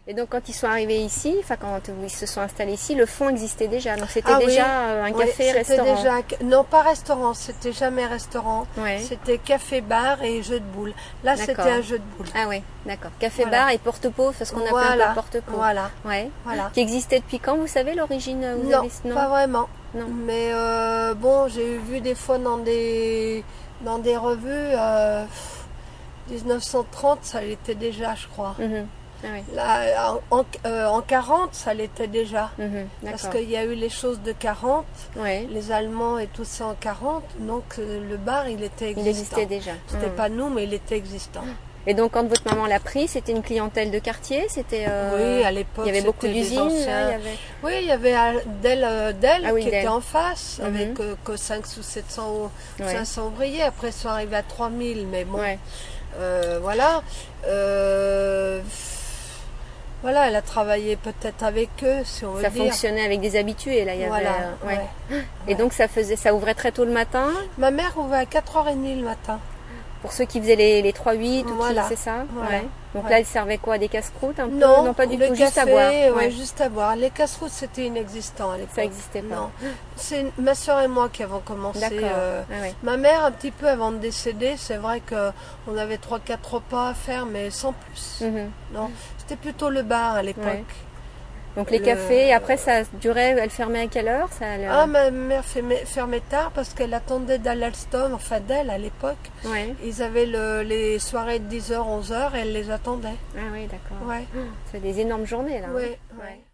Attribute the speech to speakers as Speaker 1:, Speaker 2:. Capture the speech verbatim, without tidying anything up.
Speaker 1: Et donc quand ils sont arrivés ici, enfin quand ils se sont installés ici, le fond existait déjà. Donc c'était
Speaker 2: Ah oui,
Speaker 1: déjà un
Speaker 2: oui,
Speaker 1: café,
Speaker 2: c'était
Speaker 1: restaurant.
Speaker 2: déjà un- non, pas restaurant, c'était jamais restaurant.
Speaker 1: Ouais.
Speaker 2: C'était café-bar et jeu de boules. Là, c'était
Speaker 1: D'accord.
Speaker 2: un jeu de boules.
Speaker 1: Ah oui, d'accord. Café
Speaker 2: Voilà.
Speaker 1: bar et porte-pot, c'est ce qu'on appelle un
Speaker 2: Voilà,
Speaker 1: peu porte-pot.
Speaker 2: voilà,
Speaker 1: Ouais.
Speaker 2: voilà.
Speaker 1: Qui existait depuis quand, vous savez l'origine vous
Speaker 2: Non,
Speaker 1: avez...
Speaker 2: pas vraiment.
Speaker 1: Non.
Speaker 2: Mais euh, bon, j'ai vu des fois dans des dans des revues euh, mille neuf cent trente, ça l'était déjà, je crois.
Speaker 1: Mhm. Ah oui.
Speaker 2: Là, en, en, euh, en quarante, ça l'était déjà.
Speaker 1: Mhm.
Speaker 2: Parce
Speaker 1: D'accord.
Speaker 2: qu'il y a eu les choses de quarante,
Speaker 1: Ouais.
Speaker 2: les Allemands et tout ça en quarante, donc euh, le bar, il était existant.
Speaker 1: Il existait déjà.
Speaker 2: C'était
Speaker 1: Mhm.
Speaker 2: pas nous, mais il était existant.
Speaker 1: Et donc quand votre maman l'a pris, c'était une clientèle de quartier, c'était. Euh...
Speaker 2: Oui, à l'époque,
Speaker 1: il y avait beaucoup
Speaker 2: c'était des
Speaker 1: d'usines.
Speaker 2: anciens-
Speaker 1: Il y avait...
Speaker 2: Oui, il y avait euh, Dell, euh, Dell
Speaker 1: Ah oui,
Speaker 2: qui
Speaker 1: Dell.
Speaker 2: était en face,
Speaker 1: Mhm.
Speaker 2: avec euh, que cinq ou sept cents,
Speaker 1: Ouais.
Speaker 2: cinq cents ouvriers. Après, ils sont arrivés à trois mille, mais bon,
Speaker 1: Ouais.
Speaker 2: euh, voilà. Euh, voilà, elle a travaillé peut-être avec eux, si on veut
Speaker 1: Ça
Speaker 2: dire.
Speaker 1: fonctionnait avec des habitués là. Il y avait,
Speaker 2: Voilà,
Speaker 1: euh, ouais.
Speaker 2: ouais.
Speaker 1: Et donc ça faisait, ça ouvrait très tôt le matin.
Speaker 2: Ma mère ouvrait à quatre heures trente le matin.
Speaker 1: Pour ceux qui faisaient les, les trois huit, ou
Speaker 2: Voilà.
Speaker 1: qui, c'est ça.
Speaker 2: Voilà.
Speaker 1: Ouais. Donc
Speaker 2: Ouais.
Speaker 1: là, ils servaient quoi, des casse-croûtes un peu?
Speaker 2: Non,
Speaker 1: pas du
Speaker 2: le
Speaker 1: tout,
Speaker 2: café,
Speaker 1: juste à boire.
Speaker 2: ouais,
Speaker 1: Ouais.
Speaker 2: juste à boire. Les casse-routes, c'était inexistant à l'époque.
Speaker 1: Ça n'existait pas.
Speaker 2: Non. C'est ma soeur et moi qui avons commencé.
Speaker 1: D'accord.
Speaker 2: euh,
Speaker 1: Ah ouais.
Speaker 2: Ma mère, un petit peu avant de décéder, c'est vrai qu'on avait trois quatre repas à faire, mais sans plus.
Speaker 1: Mhm.
Speaker 2: Non, c'était plutôt le bar à l'époque.
Speaker 1: Ouais. Donc les
Speaker 2: Le-
Speaker 1: cafés, et après ça durait, elle fermait à quelle heure ça, elle-
Speaker 2: Ah, ma mère fermait, fermait tard parce qu'elle attendait d'Alstom, enfin d'elle à l'époque.
Speaker 1: Ouais.
Speaker 2: Ils avaient le- les soirées de dix heures, onze heures et elle les attendait.
Speaker 1: Ah oui, d'accord.
Speaker 2: Ouais,
Speaker 1: C'est des énormes journées là. hein.
Speaker 2: ouais, ouais.
Speaker 1: Ouais.